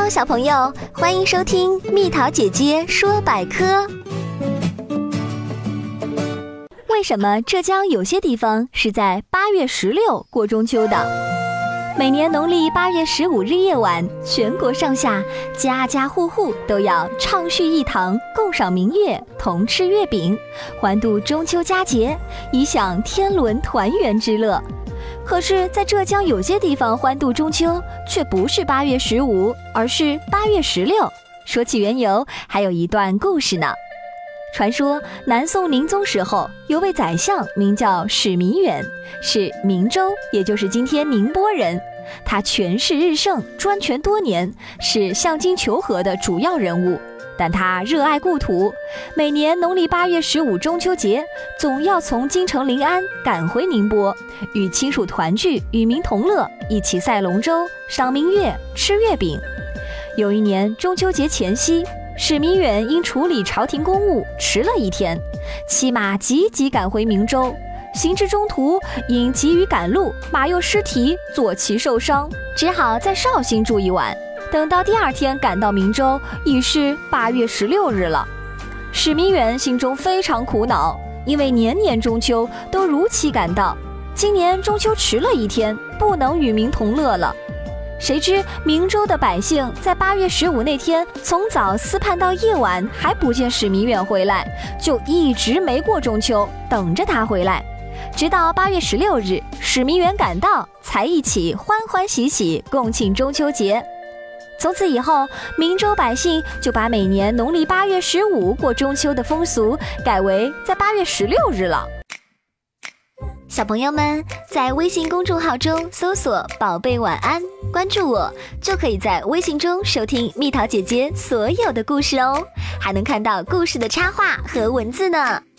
Hello， 小朋友，欢迎收听蜜桃姐姐说百科。为什么浙江有些地方是在8月16过中秋的？每年农历8月15日夜晚，全国上下家家户户都要畅叙一堂，共赏明月，同吃月饼，欢度中秋佳节，以享天伦团圆之乐。可是在浙江有些地方欢度中秋却不是8月15，而是8月16。说起缘由，还有一段故事呢。传说南宋宁宗时候，有位宰相名叫史弥远，是明州，也就是今天宁波人。他权势日盛，专权多年，是向京求和的主要人物。但他热爱故土，每年农历8月15中秋节，总要从京城临安赶回宁波，与亲属团聚，与民同乐，一起赛龙舟，赏明月，吃月饼。有一年中秋节前夕，史弥远因处理朝廷公务迟了一天，骑马急急赶回明州，行至中途因急于赶路，马又失蹄，坐骑受伤，只好在绍兴住一晚。等到第二天赶到明州，已是8月16日了。史弥远心中非常苦恼，因为年年中秋都如期赶到，今年中秋迟了一天，不能与民同乐了。谁知明州的百姓在8月15那天从早思盼到夜晚，还不见史弥远回来，就一直没过中秋，等着他回来。直到8月16日，史弥远赶到，才一起欢欢喜喜共庆中秋节。从此以后，明州百姓就把每年农历8月15过中秋的风俗改为在8月16日了。小朋友们在微信公众号中搜索宝贝晚安，关注我，就可以在微信中收听蜜桃姐姐所有的故事哦，还能看到故事的插画和文字呢。